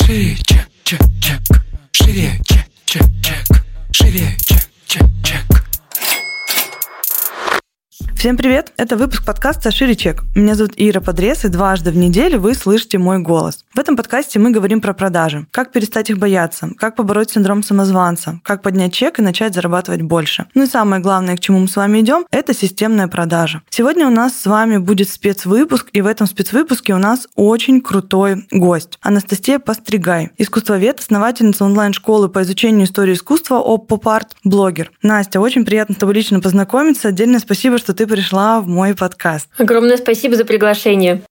Шире, чек, чек, чек. Шире, чек, чек, чек. Шире, чек, чек, чек. Всем привет! Это выпуск подкаста «Шире чек». Меня зовут Ира Подрез, и дважды в неделю вы слышите мой голос. В этом подкасте мы говорим про продажи. Как перестать их бояться, как побороть синдром самозванца, как поднять чек и начать зарабатывать больше. Ну и самое главное, к чему мы с вами идем, это системная продажа. Сегодня у нас с вами будет спецвыпуск, и в этом спецвыпуске у нас очень крутой гость. Анастасия Постригай, искусствовед, основательница онлайн-школы по изучению истории искусства ОППОП-арт, блогер. Настя, очень приятно с тобой лично познакомиться. Отдельное спасибо, что ты пришла в мой подкаст. Огромное спасибо за приглашение.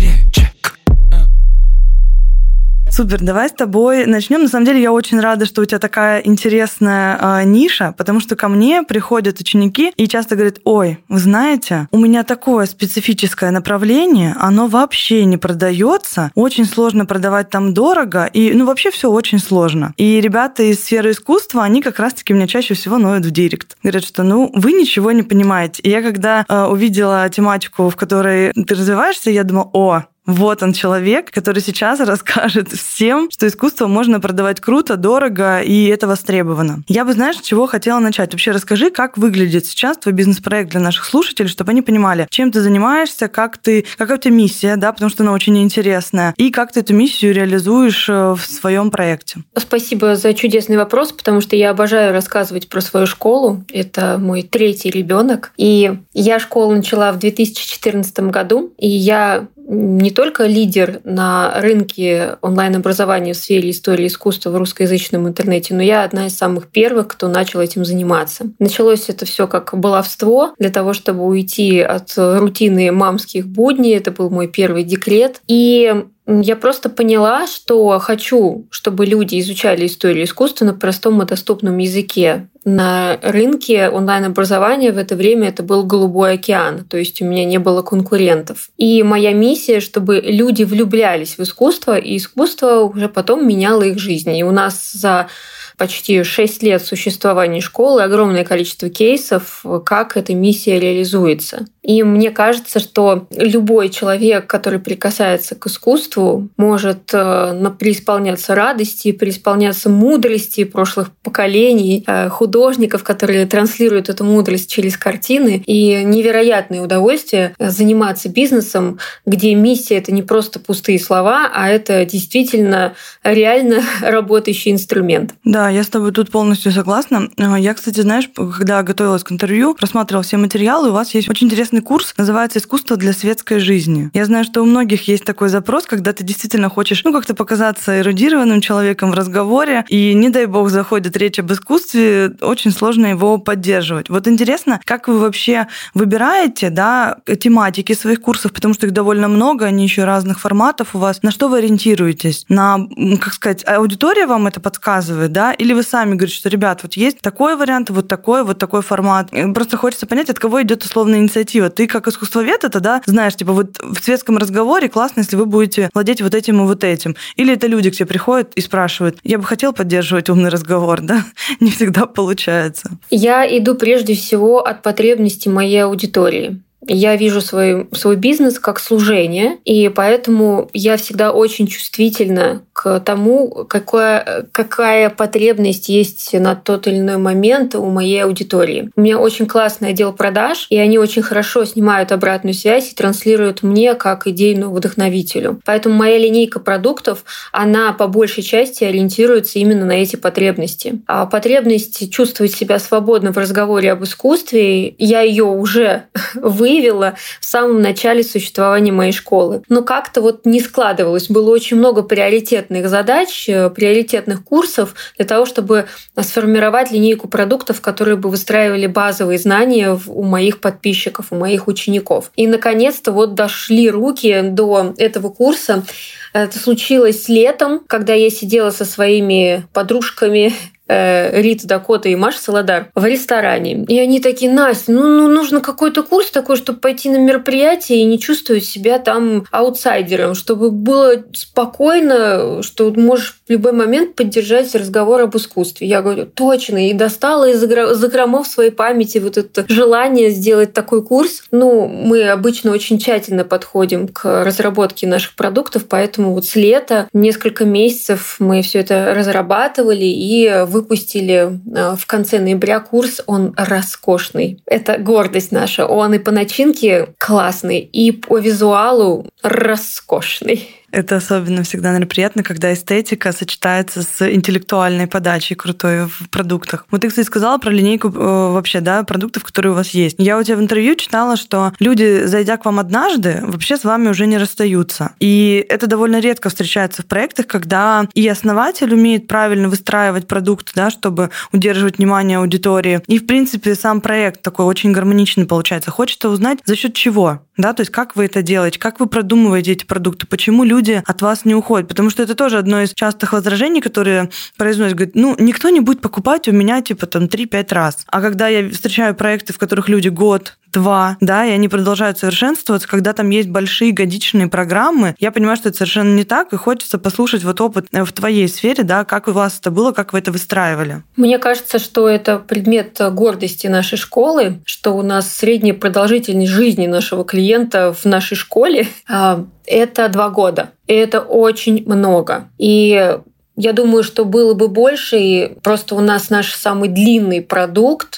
Супер, давай с тобой начнем. На самом деле я очень рада, что у тебя такая интересная ниша, потому что ко мне приходят ученики и часто говорят: ой, вы знаете, у меня такое специфическое направление, оно вообще не продается, очень сложно продавать там дорого, и вообще все очень сложно. И ребята из сферы искусства, они как раз-таки меня чаще всего ноют в директ. Говорят, что вы ничего не понимаете. И я когда увидела тематику, в которой ты развиваешься, я думала: вот он человек, который сейчас расскажет всем, что искусство можно продавать круто, дорого, и это востребовано. Я бы, знаешь, с чего хотела начать? Вообще расскажи, как выглядит сейчас твой бизнес-проект для наших слушателей, чтобы они понимали, чем ты занимаешься, какая у тебя миссия, да, потому что она очень интересная, и как ты эту миссию реализуешь в своем проекте. Спасибо за чудесный вопрос, потому что я обожаю рассказывать про свою школу. Это мой третий ребенок, и я школу начала в 2014 году, и я не только лидер на рынке онлайн-образования в сфере истории искусства в русскоязычном интернете, но я одна из самых первых, кто начал этим заниматься. Началось это все как баловство для того, чтобы уйти от рутины мамских будней. Это был мой первый декрет. И я просто поняла, что хочу, чтобы люди изучали историю искусства на простом и доступном языке. На рынке онлайн-образования в это время это был голубой океан, то есть у меня не было конкурентов. И моя миссия, чтобы люди влюблялись в искусство, и искусство уже потом меняло их жизнь. И у нас за почти 6 лет существования школы огромное количество кейсов, как эта миссия реализуется. И мне кажется, что любой человек, который прикасается к искусству, может преисполняться радости, преисполняться мудрости прошлых поколений, художников, которые транслируют эту мудрость через картины. И невероятное удовольствие заниматься бизнесом, где миссия — это не просто пустые слова, а это действительно реально работающий инструмент. Да, я с тобой тут полностью согласна. Я, кстати, знаешь, когда готовилась к интервью, просматривала все материалы, у вас есть очень интересный курс, называется «Искусство для светской жизни». Я знаю, что у многих есть такой запрос, когда ты действительно хочешь, как-то показаться эрудированным человеком в разговоре, и, не дай бог, заходит речь об искусстве, очень сложно его поддерживать. Вот интересно, как вы вообще выбираете, да, тематики своих курсов, потому что их довольно много, они еще разных форматов у вас. На что вы ориентируетесь? На, аудитория вам это подсказывает, да? Или вы сами говорите, что, ребят, вот есть такой вариант, вот такой формат. Просто хочется понять, от кого идет условная инициатива. Ты как искусствовед это, да, знаешь, вот в светском разговоре классно, если вы будете владеть вот этим и вот этим. Или это люди к тебе приходят и спрашивают: я бы хотел поддерживать умный разговор, да? Не всегда получается. Я иду прежде всего от потребностей моей аудитории. Я вижу свой бизнес как служение, и поэтому я всегда очень чувствительна к тому, какая потребность есть на тот или иной момент у моей аудитории. У меня очень классный отдел продаж, и они очень хорошо снимают обратную связь и транслируют мне как идейному вдохновителю. Поэтому моя линейка продуктов, она по большей части ориентируется именно на эти потребности. А потребность чувствовать себя свободно в разговоре об искусстве, я ее уже выявила в самом начале существования моей школы. Но как-то не складывалось. Было очень много приоритетных задач, приоритетных курсов для того, чтобы сформировать линейку продуктов, которые бы выстраивали базовые знания у моих подписчиков, у моих учеников. И, наконец-то, дошли руки до этого курса. Это случилось летом, когда я сидела со своими подружками Рита Дакота и Маша Солодар в ресторане. И они такие: Настя, ну нужно какой-то курс такой, чтобы пойти на мероприятие и не чувствовать себя там аутсайдером, чтобы было спокойно, что можешь в любой момент поддержать разговор об искусстве. Я говорю: точно. И достала из закромов своей памяти вот это желание сделать такой курс. Мы обычно очень тщательно подходим к разработке наших продуктов, поэтому вот с лета несколько месяцев мы все это разрабатывали и выпустили в конце ноября курс. Он роскошный. Это гордость наша. Он и по начинке классный, и по визуалу роскошный. Это особенно всегда, наверное, приятно, когда эстетика сочетается с интеллектуальной подачей крутой в продуктах. Вот ты, кстати, сказала про линейку вообще, да, продуктов, которые у вас есть. Я у тебя в интервью читала, что люди, зайдя к вам однажды, вообще с вами уже не расстаются. И это довольно редко встречается в проектах, когда и основатель умеет правильно выстраивать продукт, да, чтобы удерживать внимание аудитории. И, в принципе, сам проект такой очень гармоничный получается. Хочется узнать, за счет чего, да, то есть как вы это делаете, как вы продумываете эти продукты, почему люди от вас не уходят. Потому что это тоже одно из частых возражений, которые произносят. Говорят, никто не будет покупать у меня 3-5 раз. А когда я встречаю проекты, в которых люди год, 2, да, и они продолжают совершенствоваться, когда там есть большие годичные программы, я понимаю, что это совершенно не так, и хочется послушать вот опыт в твоей сфере, да, как у вас это было, как вы это выстраивали. Мне кажется, что это предмет гордости нашей школы, что у нас средняя продолжительность жизни нашего клиента в нашей школе это 2 года. И это очень много. И я думаю, что было бы больше, и просто у нас наш самый длинный продукт,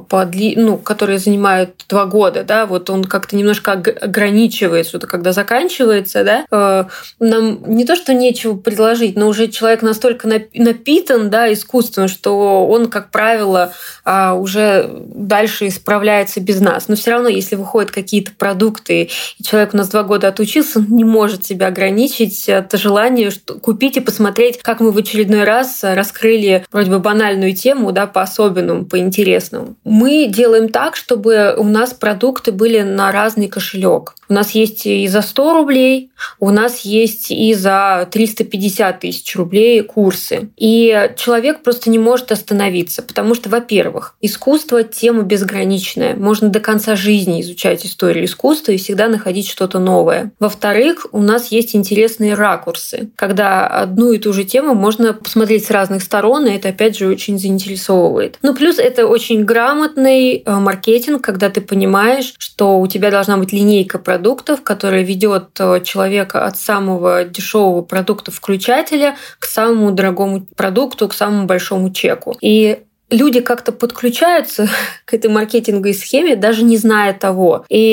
который занимает 2 года, да, вот он как-то немножко ограничивается, когда заканчивается, да, нам не то, что нечего предложить, но уже человек настолько напитан, да, искусством, что он, как правило, уже дальше справляется без нас. Но все равно, если выходят какие-то продукты, и человек у нас 2 года отучился, он не может себя ограничить от желания купить и посмотреть, как мы в очередной раз раскрыли вроде бы банальную тему, да, по-особенному, по-интересному. Мы делаем так, чтобы у нас продукты были на разный кошелек. У нас есть и за 100 рублей, у нас есть и за 350 тысяч рублей курсы. И человек просто не может остановиться, потому что, во-первых, искусство — тема безграничная. Можно до конца жизни изучать историю искусства и всегда находить что-то новое. Во-вторых, у нас есть интересные ракурсы, когда одну и ту же тему можно посмотреть с разных сторон, и это, опять же, очень заинтересовывает. Плюс это очень грамотный маркетинг, когда ты понимаешь, что у тебя должна быть линейка продуктов, которая ведет человека от самого дешевого продукта включателя к самому дорогому продукту, к самому большому чеку. И люди как-то подключаются к этой маркетинговой схеме, даже не зная того. И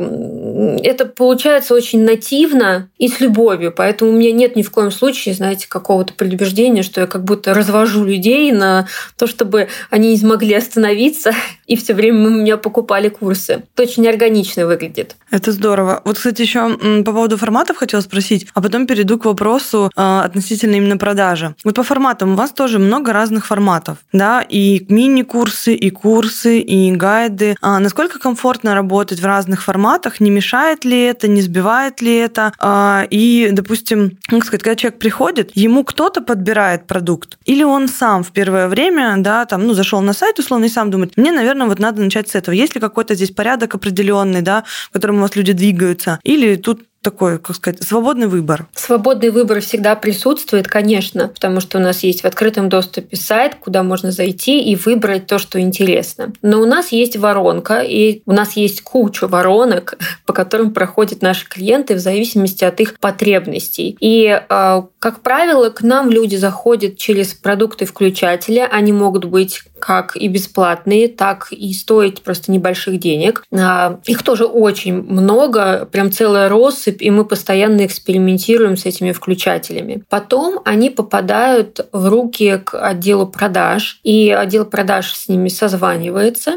это получается очень нативно и с любовью. Поэтому у меня нет ни в коем случае, знаете, какого-то предубеждения, что я как будто развожу людей на то, чтобы они не смогли остановиться и все время у меня покупали курсы. Это очень органично выглядит. Это здорово. Вот, кстати, еще по поводу форматов хотела спросить, а потом перейду к вопросу относительно именно продажи. Вот по форматам у вас тоже много разных форматов, да, и мини-курсы, и курсы, и гайды. Насколько комфортно работать в разных форматах? Не мешает ли это, не сбивает ли это? И, допустим, как сказать, когда человек приходит, ему кто-то подбирает продукт, или он сам в первое время, да, там, зашел на сайт, условно, и сам думает, мне, наверное, вот надо начать с этого. Есть ли какой-то здесь порядок определенный, да, в котором у вас люди двигаются? Или тут такой, как сказать, свободный выбор? Свободный выбор всегда присутствует, конечно, потому что у нас есть в открытом доступе сайт, куда можно зайти и выбрать то, что интересно. Но у нас есть воронка, и у нас есть куча воронок, по которым проходят наши клиенты в зависимости от их потребностей. И, как правило, к нам люди заходят через продукты-включатели. Они могут быть как и бесплатные, так и стоить просто небольших денег. Их тоже очень много, прям целая россыпь, и мы постоянно экспериментируем с этими включателями. Потом они попадают в руки к отделу продаж, и отдел продаж с ними созванивается,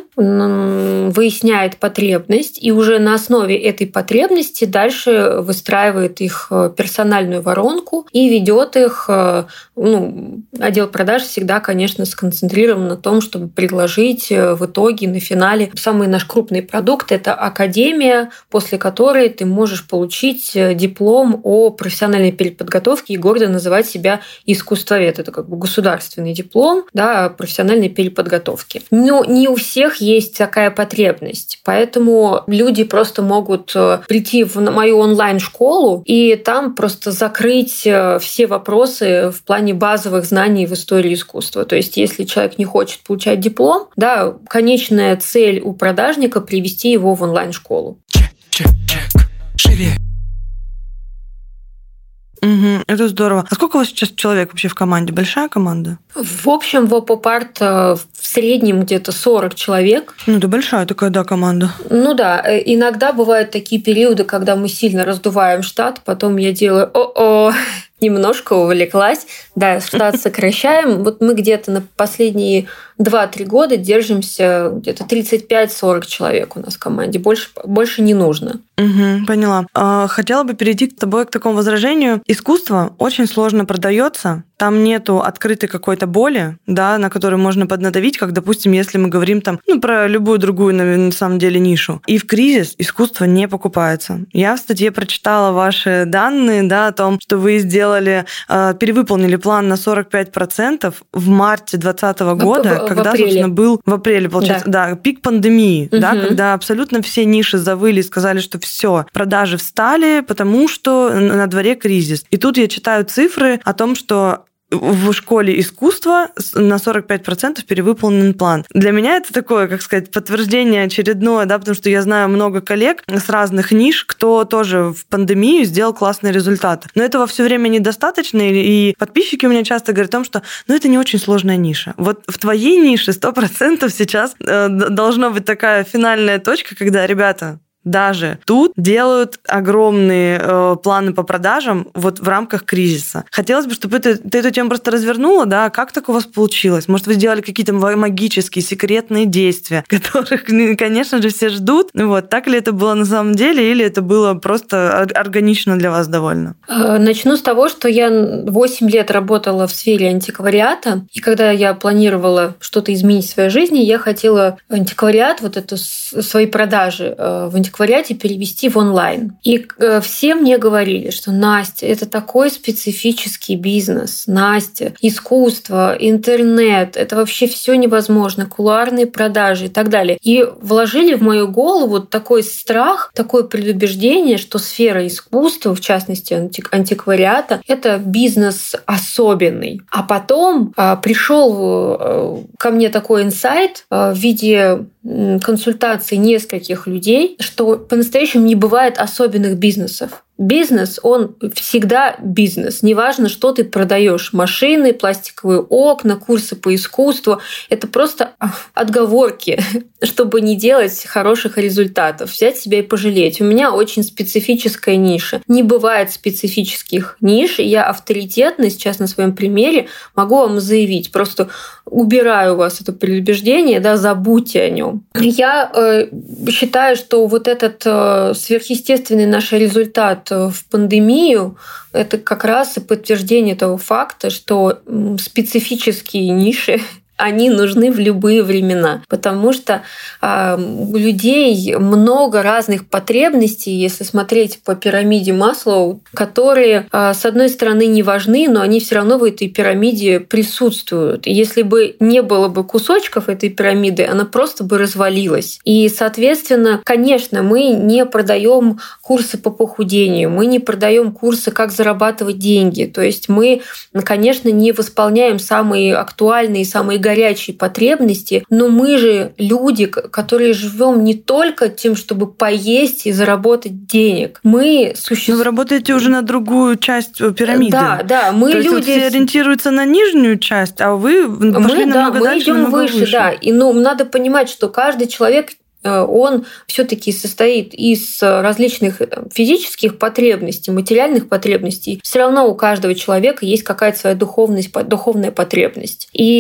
выясняет потребность, и уже на основе этой потребности дальше выстраивает их персональную воронку и ведет их. Отдел продаж всегда, конечно, сконцентрирован на том, чтобы предложить в итоге на финале самый наш крупный продукт — это академия, после которой ты можешь получить получить диплом о профессиональной переподготовке и гордо называть себя искусствовед. Это как бы государственный диплом, да, о профессиональной переподготовке. Но не у всех есть такая потребность, поэтому люди просто могут прийти в мою онлайн-школу и там просто закрыть все вопросы в плане базовых знаний в истории искусства. То есть, если человек не хочет получать диплом, да, конечная цель у продажника — привести его в онлайн-школу. Чек, живее. Это здорово. А сколько у вас сейчас человек вообще в команде? Большая команда? В общем, в Опопарт в среднем где-то 40 человек. Ну, это большая такая, да, команда. Ну да, иногда бывают такие периоды, когда мы сильно раздуваем штат, потом я делаю немножко увлеклась. Да, штат сокращаем. Вот мы где-то на последние 2-3 года держимся где-то 35-40 человек у нас в команде. Больше не нужно. Поняла. Хотела бы перейти с тобой к такому возражению. Искусство очень сложно продается. Там нету открытой какой-то боли, да, на которую можно поднадавить, как, допустим, если мы говорим там, про любую другую, на самом деле, нишу. И в кризис искусство не покупается. Я в статье прочитала ваши данные, да, о том, что вы перевыполнили план на 45% в марте 2020 года, когда, собственно, был в апреле, получается, да, пик пандемии, да, когда абсолютно все ниши завыли и сказали, что все, продажи встали, потому что на дворе кризис. И тут я читаю цифры о том, что в школе искусства на 45% перевыполнен план. Для меня это такое, как сказать, подтверждение очередное, да, потому что я знаю много коллег с разных ниш, кто тоже в пандемию сделал классные результаты. Но этого все время недостаточно, и подписчики у меня часто говорят о том, что это не очень сложная ниша. Вот в твоей нише 100% сейчас должна быть такая финальная точка, когда, ребята, даже тут делают огромные планы по продажам вот в рамках кризиса. Хотелось бы, чтобы ты эту тему просто развернула, да, как так у вас получилось? Может, вы сделали какие-то магические, секретные действия, которых, конечно же, все ждут. Вот, так ли это было на самом деле, или это было просто органично для вас довольно? Начну с того, что я 8 лет работала в сфере антиквариата, и когда я планировала что-то изменить в своей жизни, я хотела антиквариат, вот эту свои продажи в антиквариате перевести в онлайн. И все мне говорили, что Настя, это такой специфический бизнес. Настя, искусство, интернет, это вообще все невозможно, кулуарные продажи и так далее. И вложили в мою голову такой страх, такое предубеждение, что сфера искусства, в частности антиквариата, это бизнес особенный. А потом пришел ко мне такой инсайт в виде консультаций нескольких людей, что по-настоящему не бывает особенных бизнесов. Бизнес, он всегда бизнес. Неважно, что ты продаешь: машины, пластиковые окна, курсы по искусству. Это просто отговорки, чтобы не делать хороших результатов, взять себя и пожалеть. У меня очень специфическая ниша. Не бывает специфических ниш, и я авторитетно сейчас на своем примере могу вам заявить. Просто убираю у вас это предубеждение, да, забудьте о нем. Я считаю, что вот этот сверхъестественный наш результат в пандемию — это как раз и подтверждение того факта, что специфические ниши, они нужны в любые времена, потому что у людей много разных потребностей, если смотреть по пирамиде Маслоу, которые, с одной стороны, не важны, но они все равно в этой пирамиде присутствуют. И если бы не было бы кусочков этой пирамиды, она просто бы развалилась. И, соответственно, конечно, мы не продаем курсы по похудению, мы не продаем курсы, как зарабатывать деньги. То есть мы, конечно, не восполняем самые актуальные, самые горячие потребности, но мы же люди, которые живем не только тем, чтобы поесть и заработать денег. Мы существуем. Вы работаете уже на другую часть пирамиды. Да, мы то люди. Есть все ориентируются на нижнюю часть, а вы пошли намного дальше, идем намного выше. Да. И надо понимать, что каждый человек, он все-таки состоит из различных физических потребностей, материальных потребностей. Все равно у каждого человека есть какая-то своя духовная потребность. И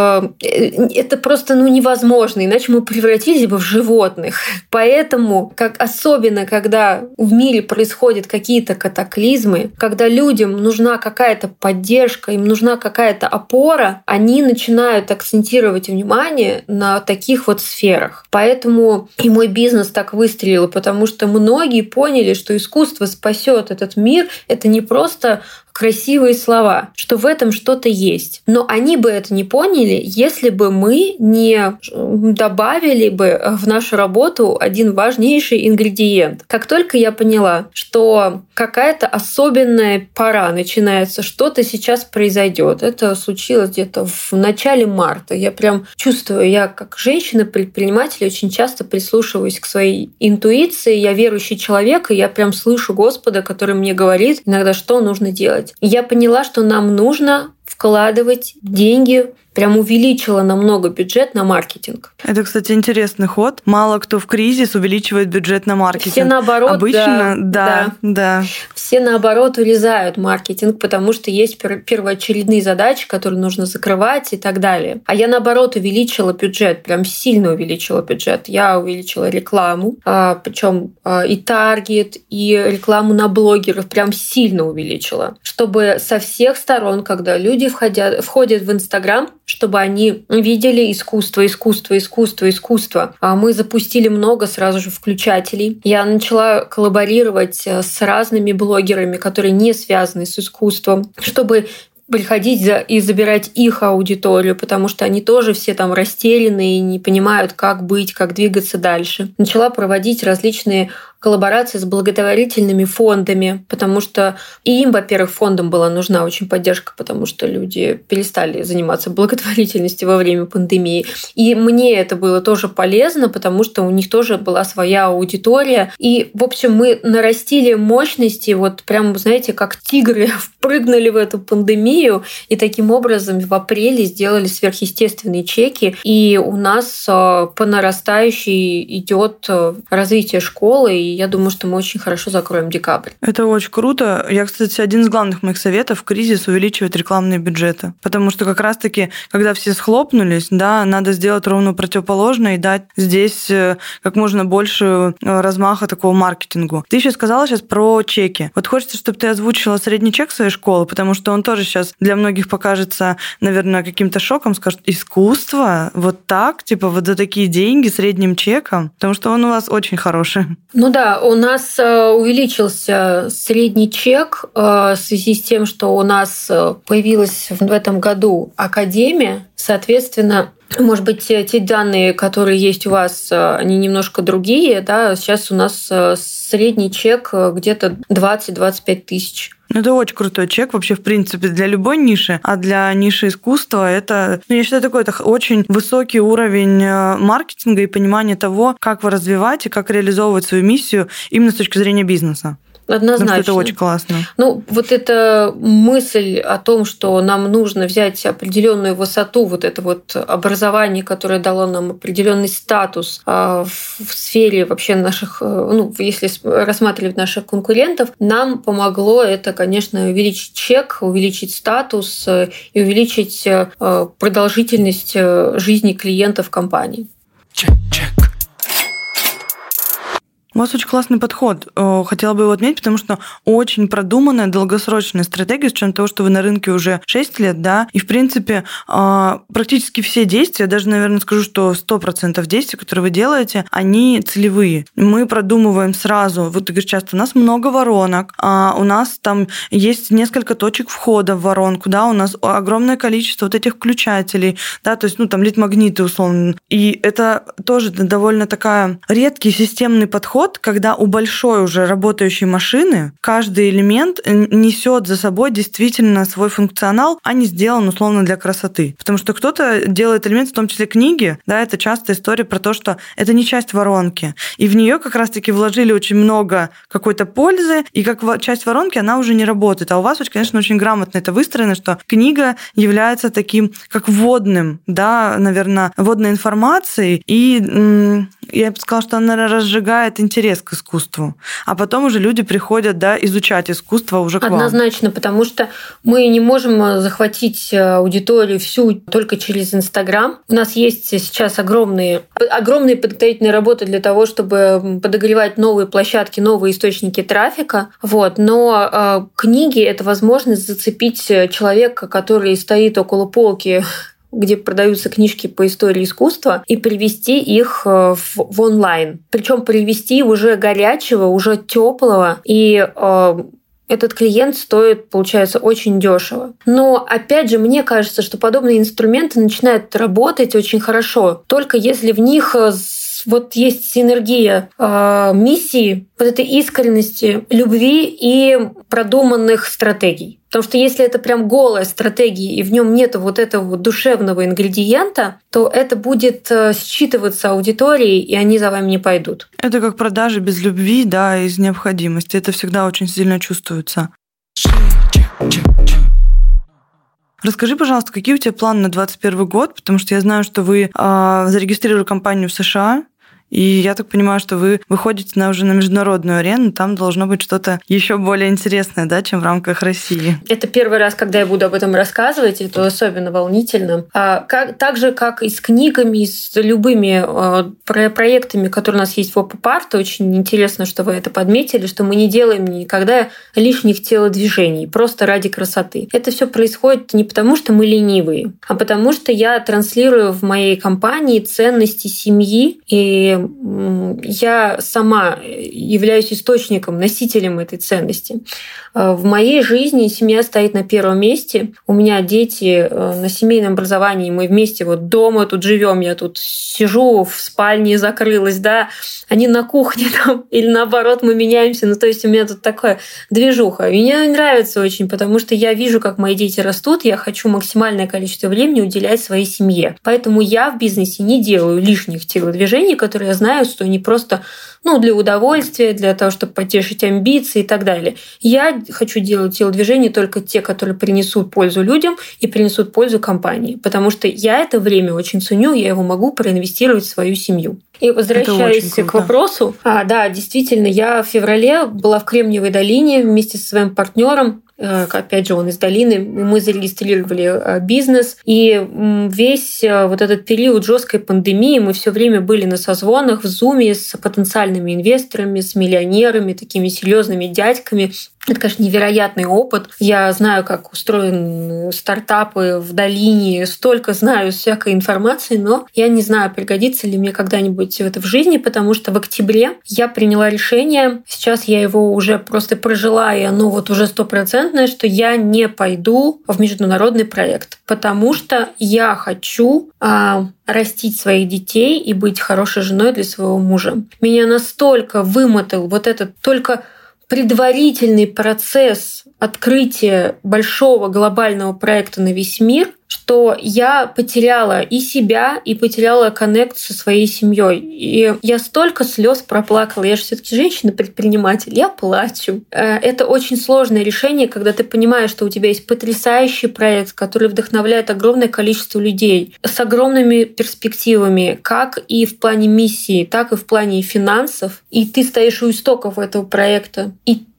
это просто невозможно, иначе мы превратились бы в животных. Поэтому, особенно когда в мире происходят какие-то катаклизмы, когда людям нужна какая-то поддержка, им нужна какая-то опора, они начинают акцентировать внимание на таких вот сферах. Поэтому почему и мой бизнес так выстрелил, потому что многие поняли, что искусство спасет этот мир. Это не просто красивые слова, что в этом что-то есть. Но они бы это не поняли, если бы мы не добавили бы в нашу работу один важнейший ингредиент. Как только я поняла, что какая-то особенная пора начинается, что-то сейчас произойдет. Это случилось где-то в начале марта. Я прям чувствую, я как женщина-предприниматель очень часто прислушиваюсь к своей интуиции. Я верующий человек, и я прям слышу Господа, который мне говорит иногда, что нужно делать. И я поняла, что нам нужно вкладывать деньги, прям увеличила намного бюджет на маркетинг. Это, кстати, интересный ход. Мало кто в кризис увеличивает бюджет на маркетинг. Все наоборот, обычно, да. Все наоборот урезают маркетинг, потому что есть первоочередные задачи, которые нужно закрывать и так далее. А я наоборот увеличила бюджет, прям сильно увеличила бюджет. Я увеличила рекламу, причем и таргет, и рекламу на блогеров прям сильно увеличила, чтобы со всех сторон, когда люди входят в Инстаграм, чтобы они видели искусство. А мы запустили много сразу же включателей. Я начала коллаборировать с разными блогерами, которые не связаны с искусством, чтобы приходить и забирать их аудиторию, потому что они тоже все там растеряны и не понимают, как быть, как двигаться дальше. Начала проводить различные коллаборации с благотворительными фондами, потому что и им, во-первых, фондам была нужна очень поддержка, потому что люди перестали заниматься благотворительностью во время пандемии. И мне это было тоже полезно, потому что у них тоже была своя аудитория. И, в общем, мы нарастили мощности, вот прям, знаете, как тигры впрыгнули в эту пандемию, и таким образом в апреле сделали сверхъестественные чеки. И у нас по нарастающей идет развитие школы, и я думаю, что мы очень хорошо закроем декабрь. Это очень круто. Я, кстати, один из главных моих советов в кризис увеличивать рекламные бюджеты. Потому что как раз-таки, когда все схлопнулись, да, надо сделать ровно противоположное и дать здесь как можно больше размаха такого маркетингу. Ты еще сказала сейчас про чеки. Вот хочется, чтобы ты озвучила средний чек своей школы, потому что он тоже сейчас для многих покажется, наверное, каким-то шоком. Скажут, искусство? Вот так? Типа вот за такие деньги средним чеком? Потому что он у вас очень хороший. Ну да, у нас увеличился средний чек в связи с тем, что у нас появилась в этом году академия. Соответственно, может быть, те данные, которые есть у вас, они немножко другие. Да? Сейчас у нас средний чек где-то 20-25 тысяч. Это очень крутой чек вообще, в принципе, для любой ниши, а для ниши искусства это, я считаю, такой это очень высокий уровень маркетинга и понимания того, как вы развиваете, как реализовывать свою миссию именно с точки зрения бизнеса. Однозначно. Потому что это очень классно. Ну, вот эта мысль о том, что нам нужно взять определенную высоту, вот это вот образование, которое дало нам определенный статус в сфере вообще наших, ну, если рассматривать наших конкурентов, нам помогло это, конечно, увеличить чек, увеличить статус и увеличить продолжительность жизни клиентов компании. Чек. У вас очень классный подход. Хотела бы его отметить, потому что очень продуманная долгосрочная стратегия, с учетом того, что вы на рынке уже 6 лет, да, и, в принципе, практически все действия, даже, наверное, скажу, что 100% действий, которые вы делаете, они целевые. Мы продумываем сразу, вот ты говоришь часто, у нас много воронок, у нас там есть несколько точек входа в воронку, да, у нас огромное количество вот этих включателей, да, то есть, ну, там, лид-магниты, условно. И это тоже довольно такая редкий системный подход, когда у большой уже работающей машины каждый элемент несет за собой действительно свой функционал, а не сделан условно для красоты. Потому что кто-то делает элемент, в том числе книги, да, это часто история про то, что это не часть воронки. И в нее как раз-таки вложили очень много какой-то пользы, и как часть воронки она уже не работает. А у вас, конечно, очень грамотно это выстроено, что книга является таким, как вводным, да, наверное, вводной информацией, и я бы сказала, что она разжигает интерес к искусству. А потом уже люди приходят, да, изучать искусство уже к вам. Однозначно, потому что мы не можем захватить аудиторию всю только через Инстаграм. У нас есть сейчас огромные подготовительные работы для того, чтобы подогревать новые площадки, новые источники трафика. Вот. Но книги — это возможность зацепить человека, который стоит около полки где продаются книжки по истории искусства, и перевести их в онлайн. Причем перевести уже горячего, уже теплого, и этот клиент стоит, получается, очень дешево. Но, опять же, мне кажется, что подобные инструменты начинают работать очень хорошо, только если в них вот есть синергия миссии, вот этой искренности, любви и продуманных стратегий. Потому что если это прям голая стратегия, и в нем нет вот этого вот душевного ингредиента, то это будет считываться аудиторией, и они за вами не пойдут. Это как продажи без любви, да, из необходимости. Это всегда очень сильно чувствуется. Расскажи, пожалуйста, какие у тебя планы на 2021 год, потому что я знаю, что вы зарегистрировали компанию в США, и я так понимаю, что вы выходите уже на международную арену, там должно быть что-то еще более интересное, да, чем в рамках России. Это первый раз, когда я буду об этом рассказывать, это особенно волнительно. Так же, как и с книгами, и с любыми проектами, которые у нас есть в ОП-парте, очень интересно, что вы это подметили, что мы не делаем никогда лишних телодвижений, просто ради красоты. Это все происходит не потому, что мы ленивые, а потому что я транслирую в моей компании ценности семьи, и я сама являюсь источником, носителем этой ценности. В моей жизни семья стоит на первом месте. У меня дети на семейном образовании, мы вместе вот дома тут живем, я тут сижу в спальне, закрылась, да, они на кухне там, или наоборот мы меняемся. Ну, то есть у меня тут такая движуха. Мне нравится очень, потому что я вижу, как мои дети растут, я хочу максимальное количество времени уделять своей семье. Поэтому я в бизнесе не делаю лишних телодвижений, которые я знаю, что они просто для удовольствия, для того, чтобы потешить амбиции и так далее. Я хочу делать телодвижения только те, которые принесут пользу людям и принесут пользу компании, потому что я это время очень ценю, я его могу проинвестировать в свою семью. И возвращаясь к вопросу, да, действительно, я в феврале была в Кремниевой долине вместе со своим партнером. Опять же, он из долины, мы зарегистрировали бизнес, и весь вот этот период жесткой пандемии мы все время были на созвонах в Зуме с потенциальными инвесторами, с миллионерами, такими серьезными дядьками. Это, конечно, невероятный опыт. Я знаю, как устроены стартапы в долине, столько знаю всякой информации, но я не знаю, пригодится ли мне когда-нибудь это в жизни, потому что в октябре я приняла решение, сейчас я его уже просто прожила, и оно вот уже 100%, что я не пойду в международный проект, потому что я хочу растить своих детей и быть хорошей женой для своего мужа. Меня настолько вымотал вот этот только предварительный процесс открытия большого глобального проекта на весь мир, что я потеряла и себя, и потеряла коннект со своей семьей. И я столько слез проплакала. Я же все-таки женщина-предприниматель. Я плачу. Это очень сложное решение, когда ты понимаешь, что у тебя есть потрясающий проект, который вдохновляет огромное количество людей с огромными перспективами, как и в плане миссии, так и в плане финансов. И ты стоишь у истоков этого проекта.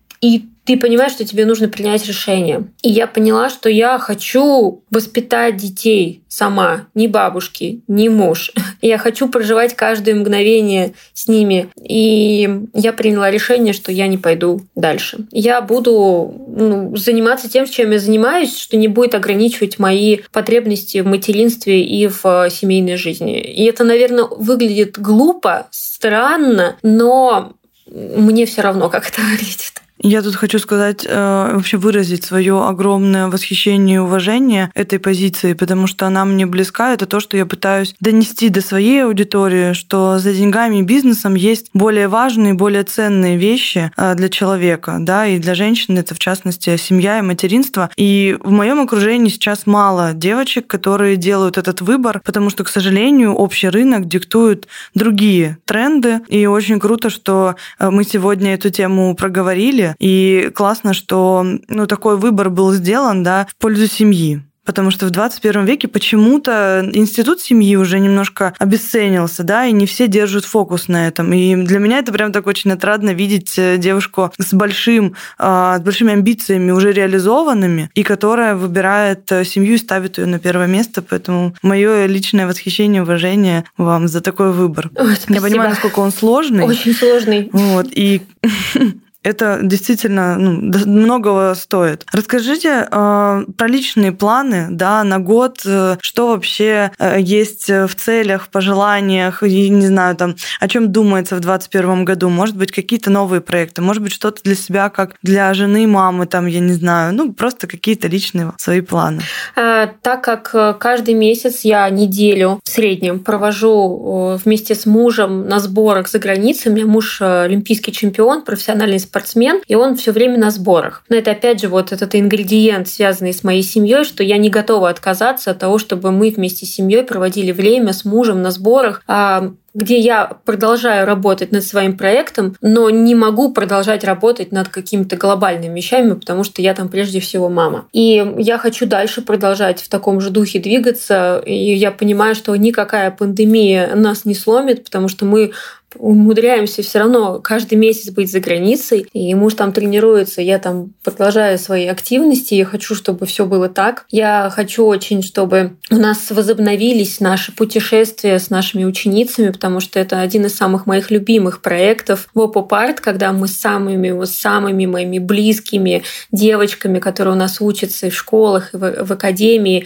И ты понимаешь, что тебе нужно принять решение. И я поняла, что я хочу воспитать детей сама, ни бабушки, ни муж. Я хочу проживать каждое мгновение с ними. И я приняла решение, что я не пойду дальше. Я буду заниматься тем, чем я занимаюсь, что не будет ограничивать мои потребности в материнстве и в семейной жизни. И это, наверное, выглядит глупо, странно, но мне все равно, как это выглядит. Я тут хочу сказать, вообще выразить свое огромное восхищение и уважение этой позиции, потому что она мне близка. Это то, что я пытаюсь донести до своей аудитории, что за деньгами и бизнесом есть более важные, более ценные вещи для человека, да, и для женщины это, в частности, семья и материнство. И в моем окружении сейчас мало девочек, которые делают этот выбор, потому что, к сожалению, общий рынок диктует другие тренды. И очень круто, что мы сегодня эту тему проговорили. И классно, что такой выбор был сделан, да, в пользу семьи. Потому что в 21 веке почему-то институт семьи уже немножко обесценился, да, и не все держат фокус на этом. И для меня это прям так очень отрадно видеть девушку с большими амбициями, уже реализованными, и которая выбирает семью и ставит ее на первое место. Поэтому мое личное восхищение, уважение вам за такой выбор. Ой, спасибо. Я понимаю, насколько он сложный. Очень сложный. Вот, и Это действительно многого стоит. Расскажите про личные планы, да, на год, что вообще есть в целях, в пожеланиях, и, не знаю, там, о чем думается в 2021 году. Может быть, какие-то новые проекты, может быть, что-то для себя, как для жены, мамы, там, я не знаю, просто какие-то личные свои планы. Так как каждый месяц я неделю в среднем провожу вместе с мужем на сборах за границей. У меня муж олимпийский чемпион, профессиональный спортсмен, и он все время на сборах. Но это опять же вот этот ингредиент, связанный с моей семьей, что я не готова отказаться от того, чтобы мы вместе с семьей проводили время с мужем на сборах, где я продолжаю работать над своим проектом, но не могу продолжать работать над какими-то глобальными вещами, потому что я там прежде всего мама. И я хочу дальше продолжать в таком же духе двигаться, и я понимаю, что никакая пандемия нас не сломит, потому что мы умудряемся все равно каждый месяц быть за границей, и муж там тренируется, я там продолжаю свои активности, я хочу, чтобы все было так. Я хочу очень, чтобы у нас возобновились наши путешествия с нашими ученицами, потому что это один из самых моих любимых проектов в Опопарт, когда мы с самыми моими близкими девочками, которые у нас учатся в школах и в академии,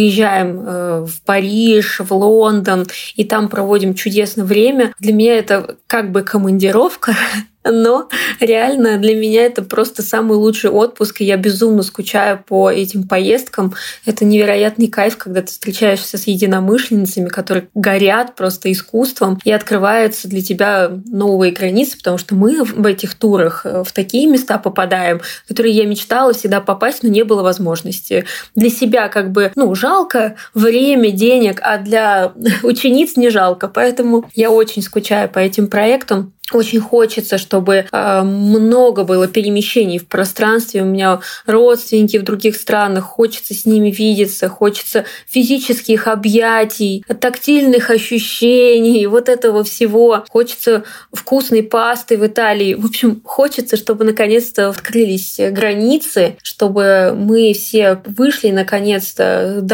выезжаем в Париж, в Лондон, и там проводим чудесное время. Для меня это как бы командировка, но реально для меня это просто самый лучший отпуск, и я безумно скучаю по этим поездкам. Это невероятный кайф, когда ты встречаешься с единомышленницами, которые горят просто искусством, и открываются для тебя новые границы, потому что мы в этих турах в такие места попадаем, в которые я мечтала всегда попасть, но не было возможности. Для себя как бы, жалко время, денег, а для учениц не жалко. Поэтому я очень скучаю по этим проектам. Очень хочется, чтобы много было перемещений в пространстве. У меня родственники в других странах, хочется с ними видеться, хочется физических объятий, тактильных ощущений, вот этого всего. Хочется вкусной пасты в Италии. В общем, хочется, чтобы наконец-то открылись границы, чтобы мы все вышли наконец-то,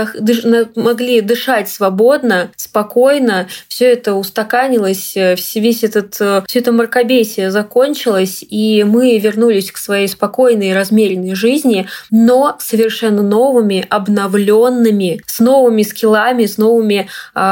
могли дышать свободно, спокойно. Все это устаканилось, все это мракобесие закончилось, и мы вернулись к своей спокойной, размеренной жизни, но совершенно новыми, обновленными, с новыми скиллами, с новыми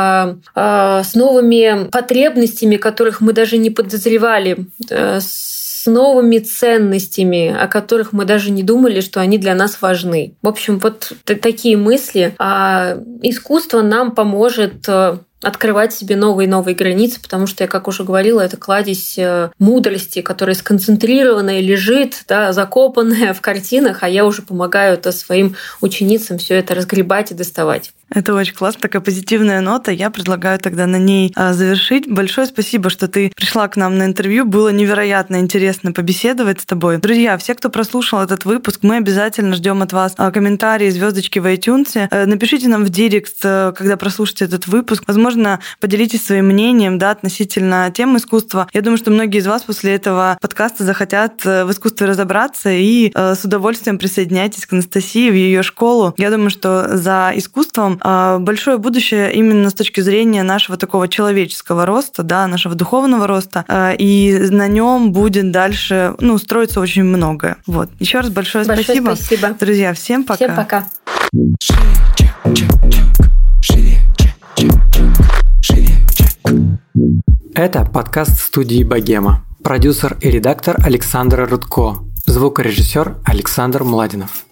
потребностями, которых мы даже не подозревали, с новыми ценностями, о которых мы даже не думали, что они для нас важны. В общем, вот такие мысли. Искусство нам поможет открывать себе новые и новые границы, потому что, я, как уже говорила, это кладезь мудрости, которая сконцентрированная лежит, да, закопанная в картинах, а я уже помогаю своим ученицам все это разгребать и доставать. Это очень классно, такая позитивная нота. Я предлагаю тогда на ней завершить. Большое спасибо, что ты пришла к нам на интервью. Было невероятно интересно побеседовать с тобой. Друзья, все, кто прослушал этот выпуск, мы обязательно ждем от вас комментарии, звездочки в iTunes. Напишите нам в директ, когда прослушаете этот выпуск. Возможно, поделитесь своим мнением, да, относительно темы искусства. Я думаю, что многие из вас после этого подкаста захотят в искусстве разобраться и с удовольствием присоединяйтесь к Анастасии в ее школу. Я думаю, что за искусством большое будущее именно с точки зрения нашего такого человеческого роста, да, нашего духовного роста, и на нем будет дальше строиться очень многое. Вот. Еще раз большое спасибо. Друзья, всем пока. Всем пока. Это подкаст студии «Богема». Продюсер и редактор Александр Рудко. Звукорежиссер Александр Младинов.